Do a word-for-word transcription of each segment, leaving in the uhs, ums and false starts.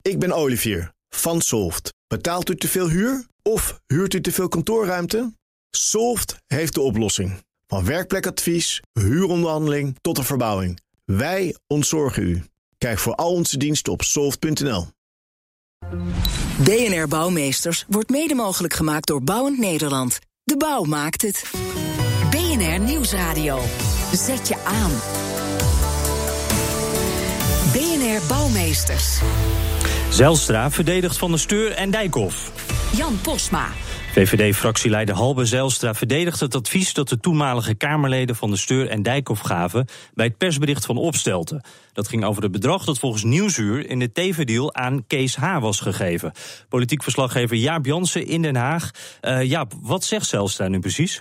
Ik ben Olivier van Solft. Betaalt u te veel huur of huurt u te veel kantoorruimte? Solft heeft de oplossing. Van werkplekadvies, huuronderhandeling tot de verbouwing. Wij ontzorgen u. Kijk voor al onze diensten op soft punt n l. B N R Bouwmeesters wordt mede mogelijk gemaakt door Bouwend Nederland. De bouw maakt het. B N R Nieuwsradio. Zet je aan. B N R Bouwmeesters. Zijlstra verdedigt Van der Steur en Dijkhoff. Jan Posma. V V D-fractieleider Halbe Zijlstra verdedigt het advies dat de toenmalige Kamerleden Van der Steur en Dijkhoff gaven bij het persbericht van Opstelten. Dat ging over het bedrag dat volgens Nieuwsuur in de T V-deal aan Kees H. was gegeven. Politiek verslaggever Jaap Jansen in Den Haag. Uh, Jaap, wat zegt Zijlstra nu precies?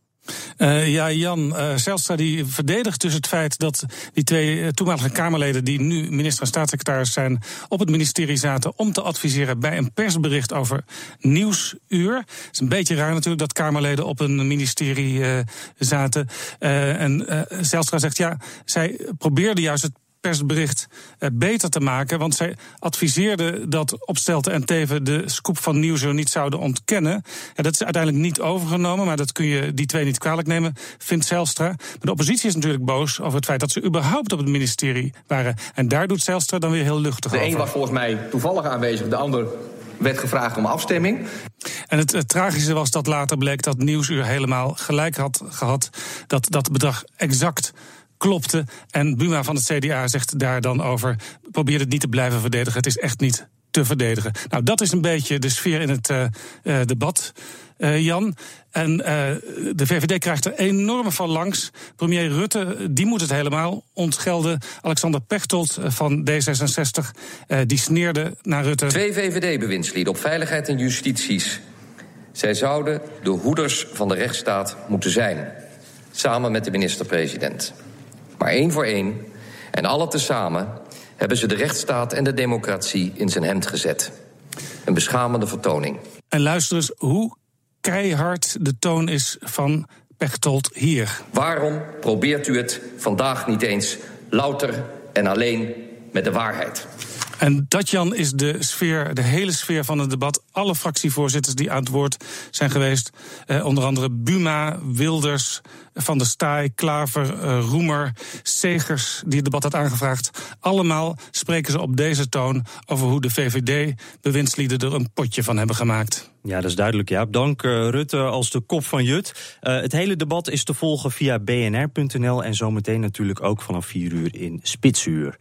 Uh, ja, Jan, uh, Zijlstra die verdedigt dus het feit dat die twee uh, toenmalige Kamerleden, die nu minister en staatssecretaris zijn, op het ministerie zaten om te adviseren bij een persbericht over Nieuwsuur. Het is een beetje raar natuurlijk dat Kamerleden op een ministerie uh, zaten. Uh, en uh, Zijlstra zegt, ja, zij probeerden juist het persbericht uh, beter te maken, want zij adviseerde dat Opstelten en Teven de scoop van Nieuwsuur niet zouden ontkennen. Ja, dat is uiteindelijk niet overgenomen, maar dat kun je die twee niet kwalijk nemen, vindt Zijlstra. Maar de oppositie is natuurlijk boos over het feit dat ze überhaupt op het ministerie waren. En daar doet Zijlstra dan weer heel luchtig over. De een was volgens mij toevallig aanwezig, de ander werd gevraagd om afstemming. En het, het tragische was dat later bleek dat Nieuwsuur helemaal gelijk had gehad, dat dat bedrag exact klopte. En Buma van het C D A zegt daar dan over, probeer het niet te blijven verdedigen. Het is echt niet te verdedigen. Nou, dat is een beetje de sfeer in het uh, uh, debat, uh, Jan. En uh, de V V D krijgt er enorm van langs. Premier Rutte, die moet het helemaal ontgelden. Alexander Pechtold van D zesenzestig, uh, die sneerde naar Rutte. Twee V V D-bewindslieden op veiligheid en justities. Zij zouden de hoeders van de rechtsstaat moeten zijn. Samen met de minister-president. Maar één voor één en alle tezamen hebben ze de rechtsstaat en de democratie in zijn hemd gezet. Een beschamende vertoning. En luister eens hoe keihard de toon is van Pechtold hier. Waarom probeert u het vandaag niet eens louter en alleen met de waarheid? En dat, Jan, is de sfeer, de hele sfeer van het debat. Alle fractievoorzitters die aan het woord zijn geweest, eh, onder andere Buma, Wilders, Van der Staaij, Klaver, uh, Roemer, Segers, die het debat had aangevraagd. Allemaal spreken ze op deze toon over hoe de V V D-bewindslieden er een potje van hebben gemaakt. Ja, dat is duidelijk, Jaap. Dank uh, Rutte als de kop van Jut. Uh, het hele debat is te volgen via b n r punt n l en zometeen natuurlijk ook vanaf vier uur in Spitsuur.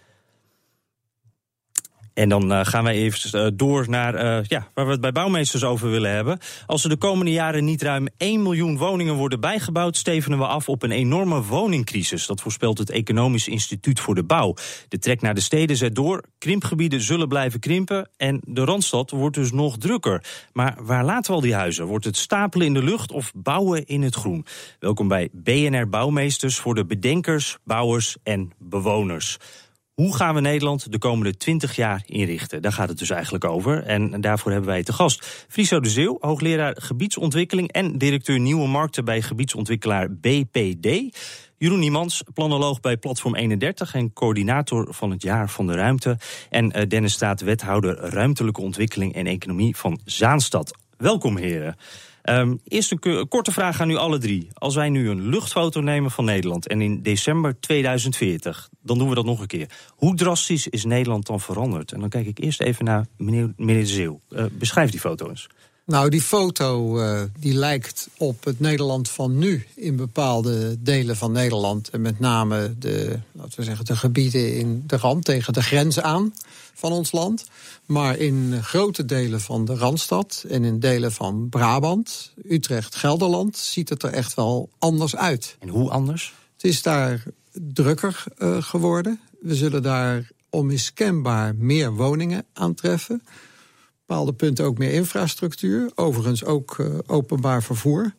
En dan uh, gaan wij even uh, door naar uh, ja, waar we het bij bouwmeesters over willen hebben. Als er de komende jaren niet ruim één miljoen woningen worden bijgebouwd, stevenen we af op een enorme woningcrisis. Dat voorspelt het Economisch Instituut voor de Bouw. De trek naar de steden zet door, krimpgebieden zullen blijven krimpen en de Randstad wordt dus nog drukker. Maar waar laten we al die huizen? Wordt het stapelen in de lucht of bouwen in het groen? Welkom bij B N R Bouwmeesters voor de bedenkers, bouwers en bewoners. Hoe gaan we Nederland de komende twintig jaar inrichten? Daar gaat het dus eigenlijk over. En daarvoor hebben wij te gast Friso de Zeeuw, hoogleraar gebiedsontwikkeling en directeur nieuwe markten bij gebiedsontwikkelaar B P D. Jeroen Niemans, planoloog bij Platform eenendertig en coördinator van het Jaar van de Ruimte. En Dennis Staat, wethouder ruimtelijke ontwikkeling en economie van Zaanstad. Welkom, heren. Um, eerst een k- korte vraag aan u alle drie. Als wij nu een luchtfoto nemen van Nederland en in december tweeduizend veertig, dan doen we dat nog een keer. Hoe drastisch is Nederland dan veranderd? En dan kijk ik eerst even naar meneer, meneer de Zeeuw. Uh, beschrijf die foto eens. Nou, die foto uh, die lijkt op het Nederland van nu in bepaalde delen van Nederland. En met name de, laten we zeggen, de gebieden in de rand tegen de grens aan van ons land. Maar in grote delen van de Randstad en in delen van Brabant, Utrecht, Gelderland, ziet het er echt wel anders uit. En hoe anders? Het is daar drukker uh, geworden. We zullen daar onmiskenbaar meer woningen aantreffen. Bepaalde punten ook meer infrastructuur. Overigens ook uh, openbaar vervoer.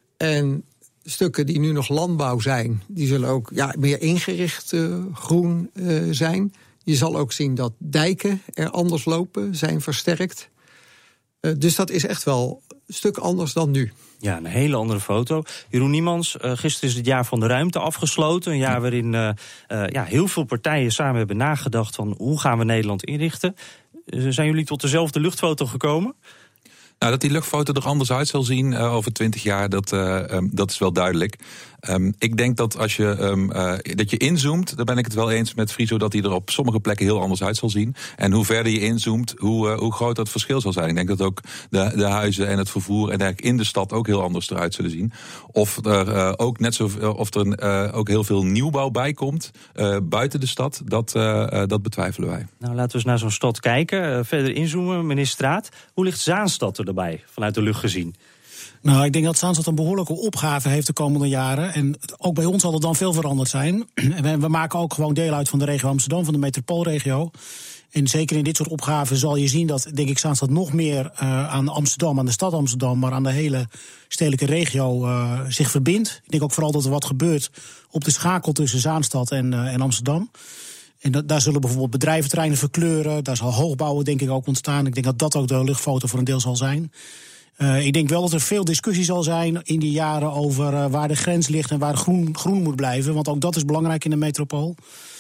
En stukken die nu nog landbouw zijn, die zullen ook ja, meer ingericht uh, groen uh, zijn. Je zal ook zien dat dijken er anders lopen, zijn versterkt. Uh, dus dat is echt wel een stuk anders dan nu. Ja, een hele andere foto. Jeroen Niemans, uh, gisteren is het Jaar van de Ruimte afgesloten. Een jaar waarin uh, uh, ja, heel veel partijen samen hebben nagedacht van hoe gaan we Nederland inrichten. Zijn jullie tot dezelfde luchtfoto gekomen? Nou, dat die luchtfoto er anders uit zal zien uh, over twintig jaar, dat, uh, um, dat is wel duidelijk. Um, ik denk dat als je, um, uh, dat je inzoomt, daar ben ik het wel eens met Friso, dat die er op sommige plekken heel anders uit zal zien. En hoe verder je inzoomt, hoe, uh, hoe groot dat verschil zal zijn. Ik denk dat ook de, de huizen en het vervoer en eigenlijk in de stad ook heel anders eruit zullen zien. Of er uh, ook net zo, uh, of er uh, ook heel veel nieuwbouw bij komt uh, buiten de stad, dat, uh, uh, dat betwijfelen wij. Nou, laten we eens naar zo'n stad kijken. Uh, verder inzoomen, meneer Straat. Hoe ligt Zaanstad erbij, vanuit de lucht gezien? Nou, ik denk dat Zaanstad een behoorlijke opgave heeft de komende jaren. En ook bij ons zal er dan veel veranderd zijn. En we maken ook gewoon deel uit van de regio Amsterdam, van de metropoolregio. En zeker in dit soort opgaven zal je zien dat, denk ik, Zaanstad nog meer uh, aan Amsterdam, aan de stad Amsterdam, maar aan de hele stedelijke regio uh, zich verbindt. Ik denk ook vooral dat er wat gebeurt op de schakel tussen Zaanstad en, uh, en Amsterdam. En dat, daar zullen bijvoorbeeld bedrijventerreinen verkleuren. Daar zal hoogbouwen, denk ik, ook ontstaan. Ik denk dat dat ook de luchtfoto voor een deel zal zijn. Uh, ik denk wel dat er veel discussie zal zijn in die jaren over uh, waar de grens ligt en waar groen, groen moet blijven. Want ook dat is belangrijk in de metropool.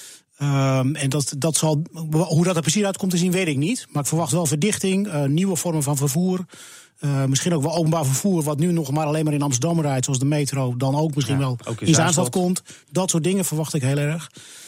Um, en dat, dat zal, hoe dat er precies uitkomt te zien, weet ik niet. Maar ik verwacht wel verdichting, uh, nieuwe vormen van vervoer. Uh, misschien ook wel openbaar vervoer, wat nu nog maar alleen maar in Amsterdam rijdt, zoals de metro. Dan ook misschien ja, wel ook in Zaanstad komt. Dat soort dingen verwacht ik heel erg.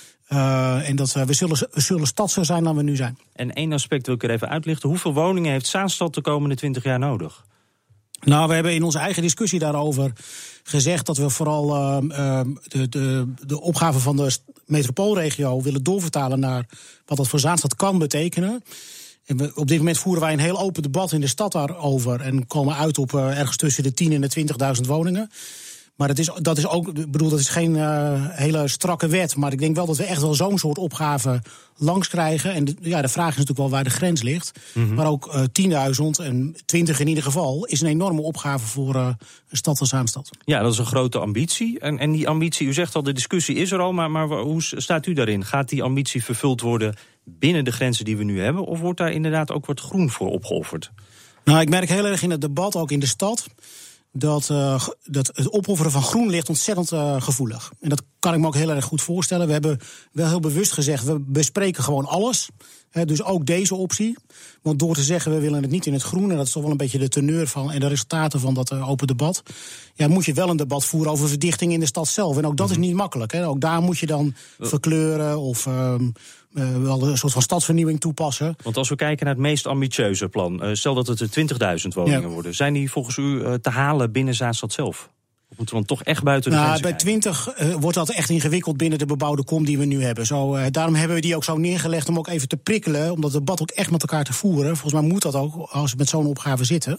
Uh, en dat uh, we, zullen, we zullen stadser zijn dan we nu zijn. En één aspect wil ik er even uitlichten. Hoeveel woningen heeft Zaanstad de komende twintig jaar nodig? Nou, we hebben in onze eigen discussie daarover gezegd dat we vooral uh, uh, de, de, de opgave van de metropoolregio willen doorvertalen naar wat dat voor Zaanstad kan betekenen. En we, op dit moment voeren wij een heel open debat in de stad daarover en komen uit op uh, ergens tussen de tien en de twintigduizend woningen. Maar dat is, dat is ook, ik bedoel, dat is geen uh, hele strakke wet. Maar ik denk wel dat we echt wel zo'n soort opgave langs krijgen. En de, ja, de vraag is natuurlijk wel waar de grens ligt. Mm-hmm. Maar ook uh, tienduizend en twintig in ieder geval is een enorme opgave voor uh, een stad als Zaanstad. Ja, dat is een grote ambitie. En, en die ambitie, u zegt al, de discussie is er al. Maar, maar hoe staat u daarin? Gaat die ambitie vervuld worden binnen de grenzen die we nu hebben? Of wordt daar inderdaad ook wat groen voor opgeofferd? Nou, ik merk heel erg in het debat, ook in de stad, Dat, uh, dat het opofferen van groen ligt ontzettend uh, gevoelig. En dat kan ik me ook heel erg goed voorstellen. We hebben wel heel bewust gezegd, we bespreken gewoon alles. He, dus ook deze optie. Want door te zeggen, we willen het niet in het groen, en dat is toch wel een beetje de teneur van en de resultaten van dat uh, open debat, ja, moet je wel een debat voeren over verdichting in de stad zelf. En ook dat mm-hmm. is niet makkelijk. He. Ook daar moet je dan uh. verkleuren of Uh, Uh, wel een soort van stadsvernieuwing toepassen. Want als we kijken naar het meest ambitieuze plan, uh, stel dat het er twintigduizend woningen ja. worden, zijn die volgens u uh, te halen binnen Zaanstad zelf? Of moeten we dan toch echt buiten de nou, grenzen bij twintig uh, wordt dat echt ingewikkeld binnen de bebouwde kom die we nu hebben. Zo, uh, daarom hebben we die ook zo neergelegd om ook even te prikkelen, om dat debat ook echt met elkaar te voeren. Volgens mij moet dat ook als we met zo'n opgave zitten.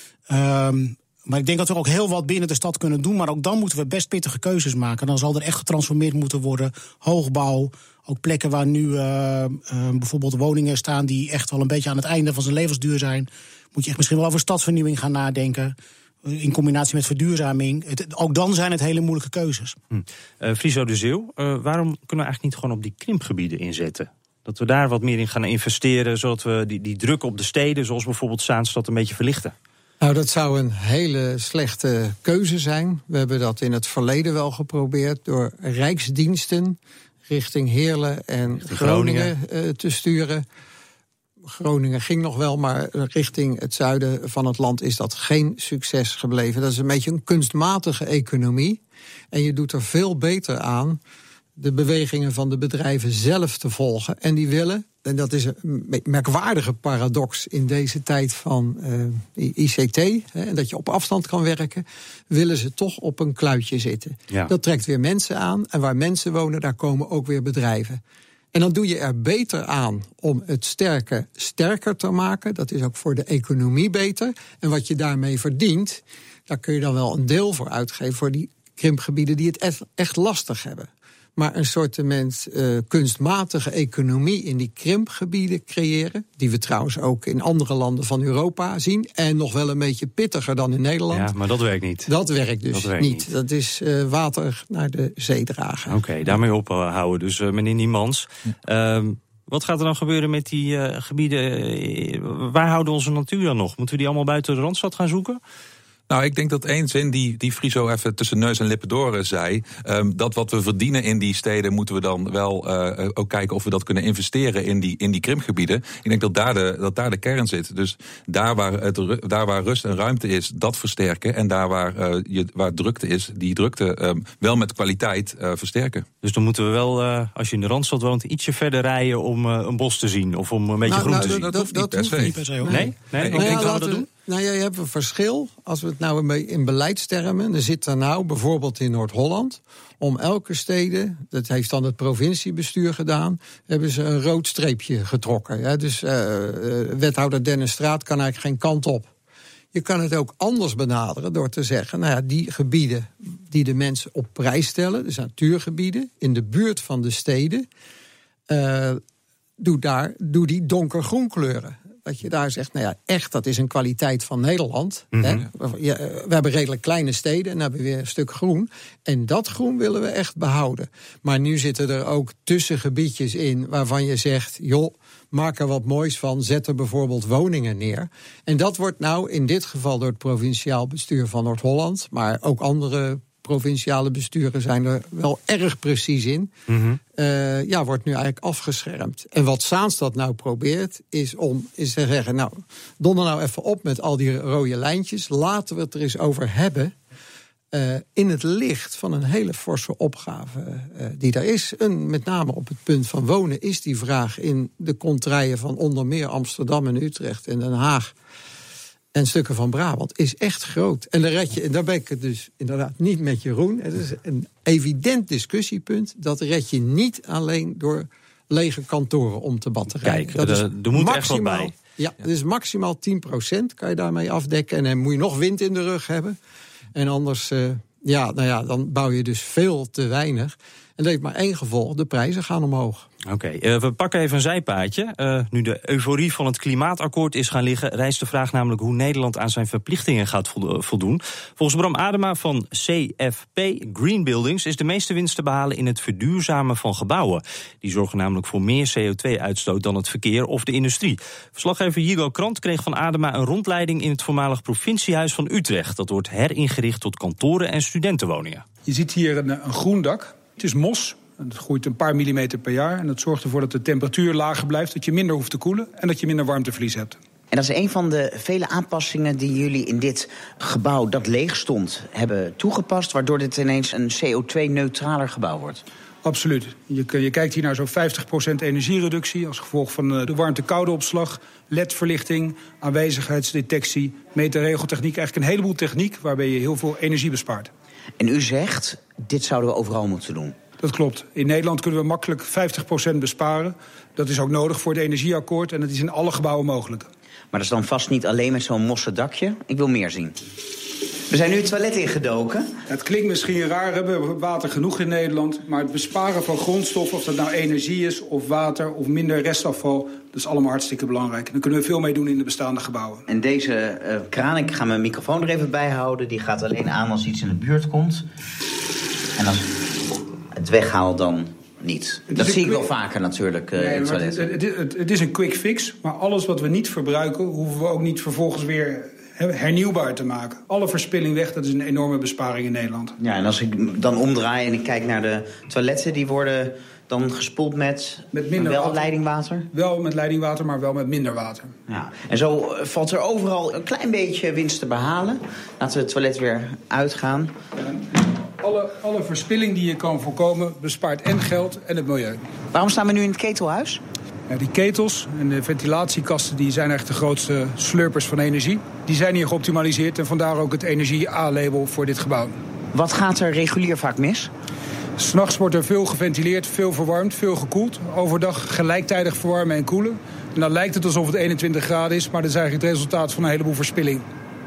Um, Maar ik denk dat we ook heel wat binnen de stad kunnen doen. Maar ook dan moeten we best pittige keuzes maken. Dan zal er echt getransformeerd moeten worden. Hoogbouw, ook plekken waar nu uh, uh, bijvoorbeeld woningen staan die echt wel een beetje aan het einde van zijn levensduur zijn. Moet je echt misschien wel over stadsvernieuwing gaan nadenken. In combinatie met verduurzaming. Het, ook dan zijn het hele moeilijke keuzes. Hm. Uh, Friso de Zeeuw, uh, waarom kunnen we eigenlijk niet gewoon op die krimpgebieden inzetten? Dat we daar wat meer in gaan investeren, zodat we die, die druk op de steden, zoals bijvoorbeeld Zaanstad, een beetje verlichten. Nou, dat zou een hele slechte keuze zijn. We hebben dat in het verleden wel geprobeerd door rijksdiensten richting Heerlen en richting Groningen, Groningen uh, te sturen. Groningen ging nog wel, maar richting het zuiden van het land is dat geen succes gebleven. Dat is een beetje een kunstmatige economie. En je doet er veel beter aan de bewegingen van de bedrijven zelf te volgen. En die willen, en dat is een merkwaardige paradox in deze tijd van uh, I C T, hè, en dat je op afstand kan werken, willen ze toch op een kluitje zitten. Ja. Dat trekt weer mensen aan. En waar mensen wonen, daar komen ook weer bedrijven. En dan doe je er beter aan om het sterke sterker te maken. Dat is ook voor de economie beter. En wat je daarmee verdient, daar kun je dan wel een deel voor uitgeven voor die krimpgebieden die het echt, echt lastig hebben. Maar een soort uh, kunstmatige economie in die krimpgebieden creëren, die we trouwens ook in andere landen van Europa zien, en nog wel een beetje pittiger dan in Nederland. Ja, maar dat werkt niet. Dat werkt dus dat werkt niet. niet. Dat is uh, water naar de zee dragen. Oké, okay, daarmee ophouden. Dus uh, meneer Niemans, uh, wat gaat er dan gebeuren met die uh, gebieden? Uh, waar houden we onze natuur dan nog? Moeten we die allemaal buiten de Randstad gaan zoeken? Nou, ik denk dat één zin die, die Friso even tussen neus en lippen door zei, Um, dat wat we verdienen in die steden moeten we dan wel uh, ook kijken of we dat kunnen investeren in die, in die krimpgebieden. Ik denk dat daar, de, dat daar de kern zit. Dus daar waar, het, daar waar rust en ruimte is, dat versterken. En daar waar, uh, je, waar drukte is, die drukte um, wel met kwaliteit uh, versterken. Dus dan moeten we wel, uh, als je in de Randstad woont, ietsje verder rijden om uh, een bos te zien of om een beetje nou, groen nou, te zien. Dat, dat, dat, dat hoeft niet per se. Nee? Nee? nee? Nou ja, Hoe gaan we dat we, doen? Nou ja, je hebt een verschil. Als we het nou in beleidstermen, er zit er nou bijvoorbeeld in Noord-Holland, om elke steden, dat heeft dan het provinciebestuur gedaan, hebben ze een rood streepje getrokken. Ja, dus uh, wethouder Dennis Straat kan eigenlijk geen kant op. Je kan het ook anders benaderen door te zeggen, nou ja, die gebieden die de mensen op prijs stellen, dus natuurgebieden, in de buurt van de steden, uh, doe, daar, doe die donkergroen kleuren. Dat je daar zegt, nou ja, echt, dat is een kwaliteit van Nederland. Mm-hmm. Hè? We hebben redelijk kleine steden en dan hebben we weer een stuk groen. En dat groen willen we echt behouden. Maar nu zitten er ook tussengebiedjes in waarvan je zegt, joh, maak er wat moois van, zet er bijvoorbeeld woningen neer. En dat wordt nou in dit geval door het provinciaal bestuur van Noord-Holland, maar ook andere provinciale besturen zijn er wel erg precies in. Mm-hmm. Uh, ja, wordt nu eigenlijk afgeschermd. En wat Zaanstad nou probeert, is om is te zeggen, nou, donder nou even op met al die rode lijntjes. Laten we het er eens over hebben. Uh, in het licht van een hele forse opgave uh, die er is. En met name op het punt van wonen is die vraag in de contraien van onder meer Amsterdam en Utrecht en Den Haag en stukken van Brabant is echt groot. En daar, red je, en daar ben ik het dus inderdaad niet met Jeroen. Het is een evident discussiepunt. Dat red je niet alleen door lege kantoren om te batterijen. Kijk, dat de, is er moet echt wat bij. Ja, het is maximaal tien procent kan je daarmee afdekken. En dan moet je nog wind in de rug hebben. En anders, uh, ja, nou ja, dan bouw je dus veel te weinig. En dat heeft maar één gevolg, de prijzen gaan omhoog. Oké, okay, uh, we pakken even een zijpaadje. Uh, nu de euforie van het klimaatakkoord is gaan liggen, rijst de vraag namelijk hoe Nederland aan zijn verplichtingen gaat voldoen. Volgens Bram Adema van C F P Green Buildings is de meeste winst te behalen in het verduurzamen van gebouwen. Die zorgen namelijk voor meer C O twee uitstoot dan het verkeer of de industrie. Verslaggever Jigo Krant kreeg van Adema een rondleiding in het voormalig provinciehuis van Utrecht. Dat wordt heringericht tot kantoren en studentenwoningen. Je ziet hier een, een groen dak. Het is mos. Het groeit een paar millimeter per jaar. En dat zorgt ervoor dat de temperatuur lager blijft, dat je minder hoeft te koelen en dat je minder warmteverlies hebt. En dat is een van de vele aanpassingen die jullie in dit gebouw dat leeg stond hebben toegepast, waardoor dit ineens een C O twee neutraler gebouw wordt. Absoluut. Je, je kijkt hier naar zo'n vijftig procent energiereductie als gevolg van de warmte-koude opslag, L E D-verlichting, aanwezigheidsdetectie, meterregeltechniek. Eigenlijk een heleboel techniek waarbij je heel veel energie bespaart. En u zegt, dit zouden we overal moeten doen. Dat klopt. In Nederland kunnen we makkelijk vijftig procent besparen. Dat is ook nodig voor het energieakkoord en dat is in alle gebouwen mogelijk. Maar dat is dan vast niet alleen met zo'n mossen dakje. Ik wil meer zien. We zijn nu het toilet ingedoken. Het klinkt misschien raar, we hebben water genoeg in Nederland. Maar het besparen van grondstoffen, of dat nou energie is of water of minder restafval, dat is allemaal hartstikke belangrijk. Daar kunnen we veel mee doen in de bestaande gebouwen. En deze uh, kraan, ik ga mijn microfoon er even bij houden. Die gaat alleen aan als iets in de buurt komt. En als het weghaal dan niet. Dat zie quick... ik wel vaker natuurlijk. Uh, nee, in het, het, het, het, het is een quick fix, maar alles wat we niet verbruiken hoeven we ook niet vervolgens weer hernieuwbaar te maken. Alle verspilling weg, dat is een enorme besparing in Nederland. Ja, en als ik dan omdraai en ik kijk naar de toiletten, die worden dan gespoeld met, met minder wel water. leidingwater? Wel met leidingwater, maar wel met minder water. Ja. En zo valt er overal een klein beetje winst te behalen. Laten we het toilet weer uitgaan. Ja. Alle, alle verspilling die je kan voorkomen bespaart en geld en het milieu. Waarom staan we nu in het ketelhuis? Ja, die ketels en de ventilatiekasten die zijn echt de grootste slurpers van energie. Die zijn hier geoptimaliseerd en vandaar ook het energie-A-label voor dit gebouw. Wat gaat er regulier vaak mis? 'S Nachts wordt er veel geventileerd, veel verwarmd, veel gekoeld. Overdag gelijktijdig verwarmen en koelen. En dan lijkt het alsof het eenentwintig graden is, maar dat is eigenlijk het resultaat van een heleboel verspilling.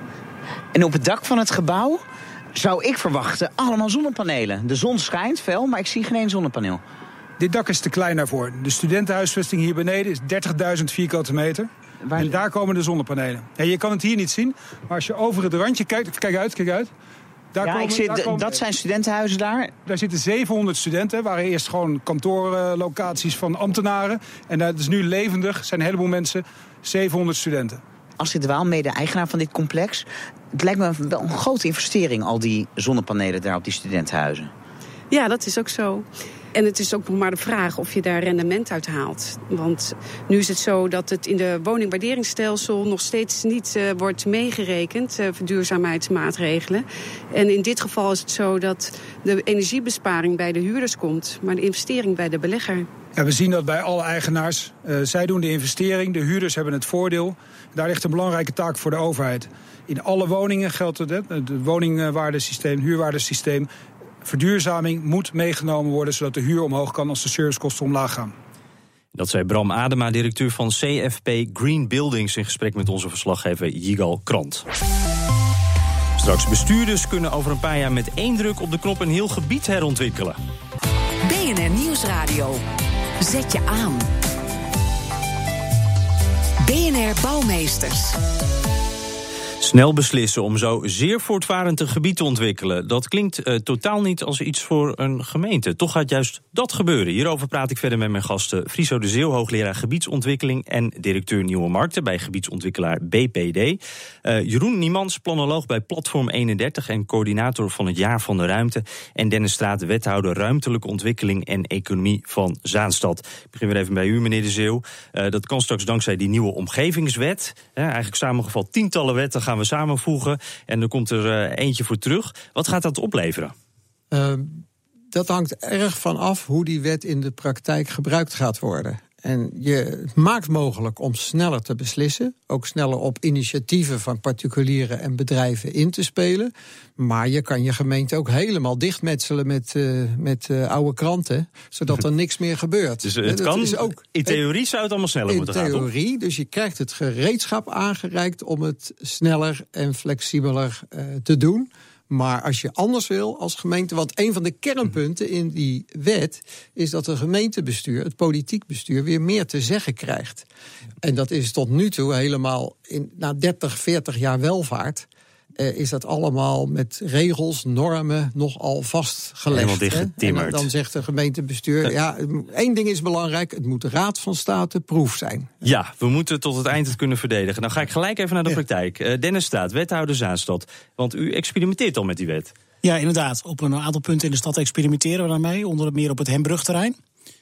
En op het dak van het gebouw zou ik verwachten allemaal zonnepanelen. De zon schijnt fel, maar ik zie geen één zonnepaneel. Dit dak is te klein daarvoor. De studentenhuisvesting hier beneden is dertigduizend vierkante meter. Waar... En daar komen de zonnepanelen. Ja, je kan het hier niet zien, maar als je over het randje kijkt, kijk uit, kijk uit. Daar ja, komen, ik zit, daar komen, dat zijn studentenhuizen daar. Daar zitten zevenhonderd studenten. Waren eerst gewoon kantoorlocaties van ambtenaren. En dat is nu levendig, zijn een heleboel mensen, zevenhonderd studenten. Astrid Waal, mede-eigenaar van dit complex. Het lijkt me wel een grote investering, al die zonnepanelen daar op die studentenhuizen. Ja, dat is ook zo. En het is ook nog maar de vraag of je daar rendement uit haalt. Want nu is het zo dat het in de woningwaarderingsstelsel nog steeds niet uh, wordt meegerekend, uh, verduurzaamheidsmaatregelen. En in dit geval is het zo dat de energiebesparing bij de huurders komt, maar de investering bij de belegger. Ja, we zien dat bij alle eigenaars. Uh, zij doen de investering, de huurders hebben het voordeel. Daar ligt een belangrijke taak voor de overheid. In alle woningen geldt het, het woningwaardesysteem, huurwaardesysteem. Verduurzaming moet meegenomen worden, zodat de huur omhoog kan als de servicekosten omlaag gaan. Dat zei Bram Adema, directeur van C F P Green Buildings, in gesprek met onze verslaggever Yigal Krant. Straks, bestuurders kunnen over een paar jaar met één druk op de knop een heel gebied herontwikkelen. B N R Nieuwsradio. Zet je aan. B N R Bouwmeesters. Snel beslissen om zo zeer voortvarend een gebied te ontwikkelen. Dat klinkt uh, totaal niet als iets voor een gemeente. Toch gaat juist dat gebeuren. Hierover praat ik verder met mijn gasten Friso de Zeeuw, hoogleraar gebiedsontwikkeling en directeur Nieuwe Markten bij gebiedsontwikkelaar B P D. Uh, Jeroen Niemans, planoloog bij Platform eenendertig en coördinator van het Jaar van de Ruimte. En Dennis Straat, wethouder ruimtelijke ontwikkeling en economie van Zaanstad. Ik begin weer even bij u, meneer de Zeeuw. Uh, dat kan straks dankzij die nieuwe omgevingswet. Uh, eigenlijk samengevat tientallen wetten gaan we samenvoegen en er komt er uh, eentje voor terug. Wat gaat dat opleveren? Uh, dat hangt erg van af hoe die wet in de praktijk gebruikt gaat worden. En je het maakt mogelijk om sneller te beslissen, ook sneller op initiatieven van particulieren en bedrijven in te spelen. Maar je kan je gemeente ook helemaal dichtmetselen met, uh, met uh, oude kranten, zodat er niks meer gebeurt. Dus het dat kan, is ook, in theorie zou het allemaal sneller moeten gaan, In theorie, dus je krijgt het gereedschap aangereikt om het sneller en flexibeler uh, te doen. Maar als je anders wil als gemeente, want een van de kernpunten in die wet is dat het gemeentebestuur, het politiek bestuur, weer meer te zeggen krijgt. En dat is tot nu toe helemaal, in, na dertig, veertig jaar welvaart, Uh, is dat allemaal met regels, normen nogal vastgelegd. Helemaal dichtgetimmerd. En dan zegt de gemeentebestuur, ja, één ding is belangrijk, het moet de Raad van State proef zijn. Ja, we moeten tot het eind het kunnen verdedigen. Nou ga ik gelijk even naar de ja. praktijk. Uh, Dennis Straat, wethouder Zaanstad, want u experimenteert al met die wet. Ja, inderdaad. Op een aantal punten in de stad experimenteren we daarmee, onder meer op het Hembrugterrein.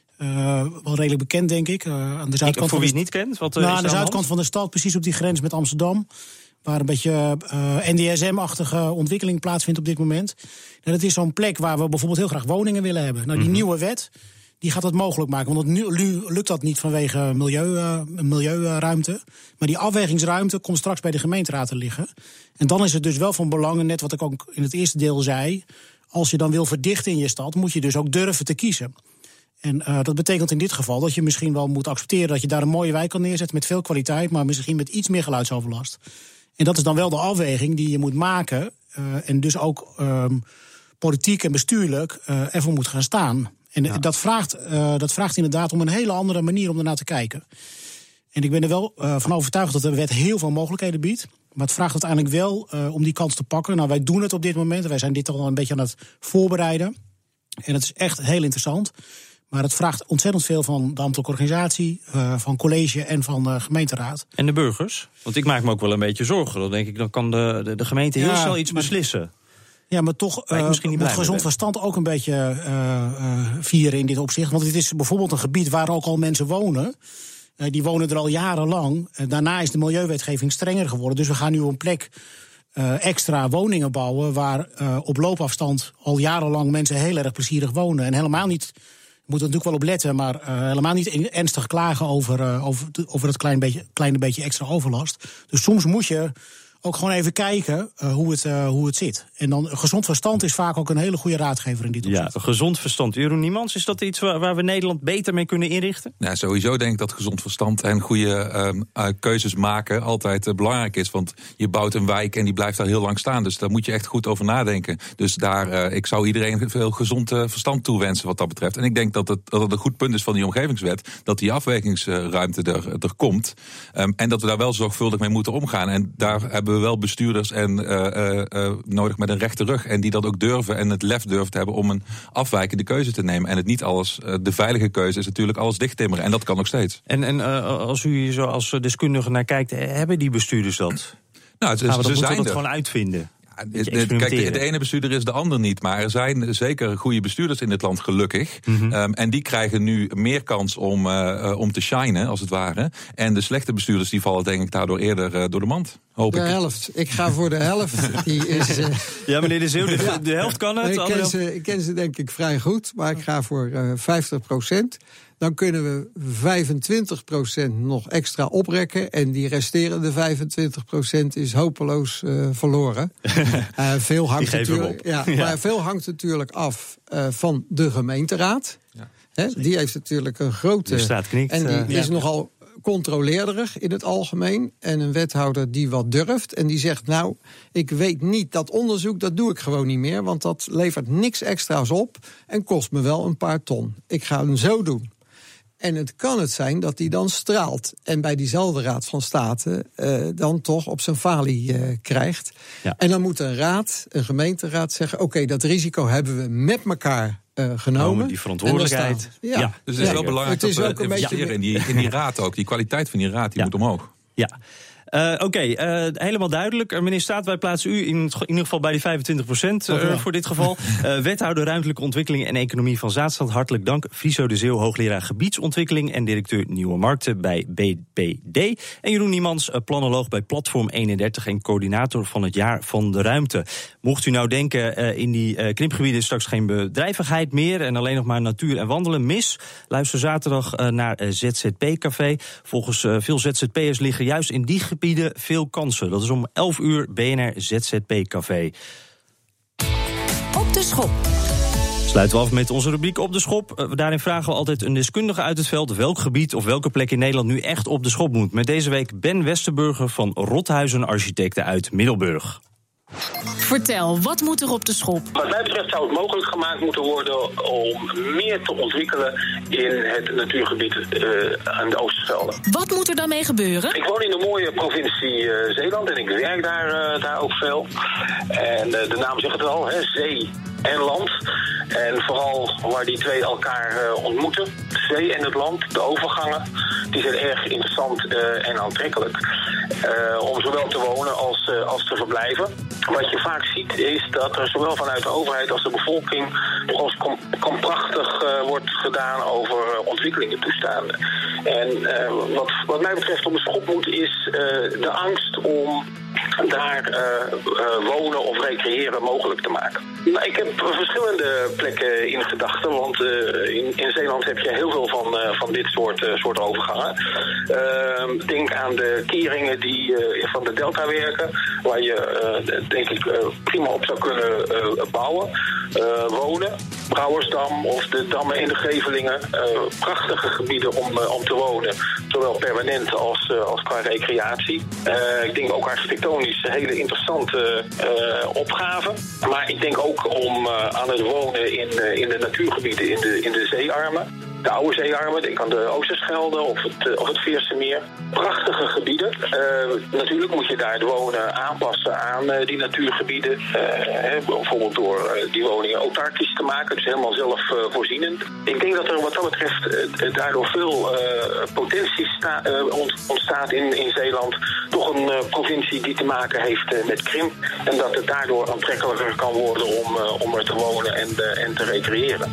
Uh, wel redelijk bekend, denk ik. Uh, aan de zuidkant ik, voor wie het de... niet kent? Wat, uh, nou, aan de aan zuidkant van de stad, precies op die grens met Amsterdam, waar een beetje uh, N D S M-achtige ontwikkeling plaatsvindt op dit moment. En dat is zo'n plek waar we bijvoorbeeld heel graag woningen willen hebben. Nou, die mm-hmm. nieuwe wet die gaat dat mogelijk maken. Want nu, nu lukt dat niet vanwege milieu, uh, milieuruimte. Maar die afwegingsruimte komt straks bij de gemeenteraad te liggen. En dan is het dus wel van belang, en net wat ik ook in het eerste deel zei, als je dan wil verdichten in je stad, moet je dus ook durven te kiezen. En uh, dat betekent in dit geval dat je misschien wel moet accepteren dat je daar een mooie wijk kan neerzetten met veel kwaliteit, maar misschien met iets meer geluidsoverlast. En dat is dan wel de afweging die je moet maken. Uh, en dus ook um, politiek en bestuurlijk uh, ervoor moet gaan staan. En ja. dat, vraagt, uh, dat vraagt inderdaad om een hele andere manier om ernaar te kijken. En ik ben er wel uh, van overtuigd dat de wet heel veel mogelijkheden biedt. Maar het vraagt uiteindelijk wel uh, om die kans te pakken. Nou, wij doen het op dit moment. Wij zijn dit al een beetje aan het voorbereiden. En het is echt heel interessant. Maar het vraagt ontzettend veel van de ambtelijke organisatie, uh, van college en van de gemeenteraad. En de burgers? Want ik maak me ook wel een beetje zorgen. Dan denk ik, dan kan de, de, de gemeente heel ja, snel iets maar, beslissen. Ja, maar toch uh, moet gezond verstand ook een beetje uh, uh, vieren in dit opzicht. Want dit is bijvoorbeeld een gebied waar ook al mensen wonen. Uh, die wonen er al jarenlang. Uh, daarna is de milieuwetgeving strenger geworden. Dus we gaan nu op een plek uh, extra woningen bouwen waar uh, op loopafstand al jarenlang mensen heel erg plezierig wonen. En helemaal niet, we moeten er natuurlijk wel op letten, maar uh, helemaal niet ernstig klagen over, uh, over, over dat klein beetje, kleine beetje extra overlast. Dus soms moet je ook gewoon even kijken uh, hoe, het, uh, hoe het zit. En dan gezond verstand is vaak ook een hele goede raadgever in dit opzicht. Ja, gezond verstand. Jeroen Niemans, is dat iets waar, waar we Nederland beter mee kunnen inrichten? Ja, sowieso denk ik dat gezond verstand en goede uh, uh, keuzes maken altijd uh, belangrijk is. Want je bouwt een wijk en die blijft daar heel lang staan. Dus daar moet je echt goed over nadenken. Dus daar, uh, ik zou iedereen veel gezond uh, verstand toewensen wat dat betreft. En ik denk dat het, dat het een goed punt is van die omgevingswet, dat die afwegingsruimte er, er komt. Um, en dat we daar wel zorgvuldig mee moeten omgaan. En daar hebben hebben we wel bestuurders en, uh, uh, uh, nodig met een rechte rug. En die dat ook durven en het lef durven te hebben om een afwijkende keuze te nemen. En het niet alles, uh, de veilige keuze is natuurlijk alles dichttimmeren. En dat kan nog steeds. En, en uh, als u hier zo als deskundige naar kijkt, hebben die bestuurders dat? Nou, het, Gaan we ze dat, zijn het er. gewoon uitvinden? Ja, kijk, de, de ene bestuurder is de ander niet. Maar er zijn zeker goede bestuurders in dit land, gelukkig. Mm-hmm. Um, en die krijgen nu meer kans om, uh, om te shinen, als het ware. En de slechte bestuurders die vallen denk ik daardoor eerder uh, door de mand. Hoop de ik. helft. Ik ga voor de helft. Die is, uh... Ja, meneer De Zeeuw, de, ja. de helft kan het. Ik ken, ze, ik ken ze denk ik vrij goed. Maar ik ga voor uh, vijftig procent. Dan kunnen we vijfentwintig procent nog extra oprekken. En die resterende vijfentwintig procent is hopeloos uh, verloren. uh, veel, hangt natuurlijk, ja, ja. Maar veel hangt natuurlijk af uh, van de gemeenteraad. Ja. He, die heeft natuurlijk een grote... De staat knikt, en die uh, is ja. nogal controleerderig in het algemeen. En een wethouder die wat durft. En die zegt, nou, ik weet niet, dat onderzoek, dat doe ik gewoon niet meer. Want dat levert niks extra's op. En kost me wel een paar ton. Ik ga hem zo doen. En het kan het zijn dat hij dan straalt. En bij diezelfde Raad van State uh, dan toch op zijn falie uh, krijgt. Ja. En dan moet een raad, een gemeenteraad zeggen... oké, okay, dat risico hebben we met elkaar uh, genomen. Oh, die verantwoordelijkheid. Ja. ja, dus het is ja, wel belangrijk het is dat we investeren in die, in die raad ook. Die kwaliteit van die raad, die ja. moet omhoog. Ja. Uh, Oké, okay, uh, helemaal duidelijk. Uh, meneer Staat, wij plaatsen u in, in ieder geval bij die vijfentwintig procent uh, okay. voor dit geval. Uh, wethouder Ruimtelijke Ontwikkeling en Economie van Zaanstad, hartelijk dank. Friso de Zeeuw, hoogleraar gebiedsontwikkeling en directeur Nieuwe Markten bij B P D. En Jeroen Niemans, uh, planoloog bij Platform eenendertig en coördinator van het Jaar van de Ruimte. Mocht u nou denken, uh, in die uh, krimpgebieden is straks geen bedrijvigheid meer en alleen nog maar natuur en wandelen, mis. Luister zaterdag uh, naar uh, Z Z P-café. Volgens uh, veel Z Z P'ers liggen juist in die gebieden veel kansen. Dat is om elf uur B N R Z Z P-café. Op de schop. Sluiten we af met onze rubriek Op de Schop. Daarin vragen we altijd een deskundige uit het veld welk gebied of welke plek in Nederland nu echt op de schop moet. Met deze week Ben Westerburger van Rothuizen Architecten uit Middelburg. Vertel, wat moet er op de schop? Wat mij betreft zou het mogelijk gemaakt moeten worden om meer te ontwikkelen in het natuurgebied uh, aan de Oosterschelde. Wat moet er dan mee gebeuren? Ik woon in een mooie provincie uh, Zeeland en ik werk daar, uh, daar ook veel. En uh, de naam zegt het wel, hè, zee en land. En vooral waar die twee elkaar uh, ontmoeten, de zee en het land, de overgangen, die zijn erg interessant uh, en aantrekkelijk. Uh, om zowel te wonen als, uh, als te verblijven. Wat je vaak ziet is dat er zowel vanuit de overheid als de bevolking nogal kom, komprachtig uh, wordt gedaan over uh, ontwikkelingen toestaan. En uh, wat, wat mij betreft op de schop moet is uh, de angst om daar uh, uh, wonen of recreëren mogelijk te maken. Nou, ik heb verschillende plekken in gedachten, want uh, in, in Zeeland heb je heel veel van, uh, van dit soort, uh, soort overgangen. Uh, denk aan de keringen die uh, van de Delta werken, waar je uh, denk ik uh, prima op zou kunnen uh, bouwen, uh, wonen. Brouwersdam of de dammen in de Gevelingen. Uh, prachtige gebieden om, uh, om te wonen. Zowel permanent als, uh, als qua recreatie. Uh, ik denk ook architectonisch hele interessante uh, opgaven. Maar ik denk ook om uh, aan het wonen in, uh, in de natuurgebieden, in de, in de zeearmen. De oude zeearmen, denk aan de Oosterschelde of het, uh, of het Veersemeer. Prachtige gebieden. Uh, natuurlijk moet je daar het wonen aanpassen aan uh, die natuurgebieden. Uh, hè, bijvoorbeeld door uh, die woningen autarkisch te maken. Dus helemaal zelfvoorzienend. Uh, ik denk dat er wat dat betreft uh, daardoor veel uh, potentie sta, uh, ontstaat in, in Zeeland. Toch een uh, provincie die te maken heeft uh, met krimp. En dat het daardoor aantrekkelijker kan worden om, uh, om er te wonen en, uh, en te recreëren.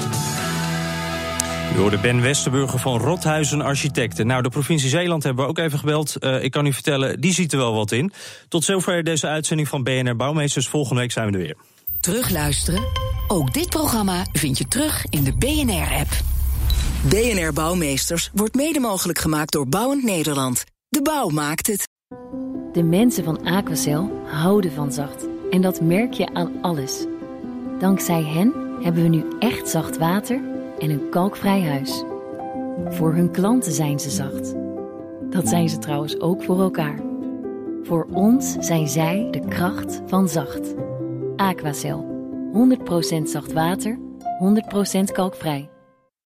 U hoorde Ben Westerburger van Rothuizen Architecten. Nou, de provincie Zeeland hebben we ook even gebeld. Uh, ik kan u vertellen, die ziet er wel wat in. Tot zover deze uitzending van B N R Bouwmeesters. Volgende week zijn we er weer. Terugluisteren? Ook dit programma vind je terug in de B N R-app. B N R Bouwmeesters wordt mede mogelijk gemaakt door Bouwend Nederland. De bouw maakt het. De mensen van Aquacel houden van zacht. En dat merk je aan alles. Dankzij hen hebben we nu echt zacht water en een kalkvrij huis. Voor hun klanten zijn ze zacht. Dat zijn ze trouwens ook voor elkaar. Voor ons zijn zij de kracht van zacht. Aquacel. honderd procent zacht water, honderd procent kalkvrij.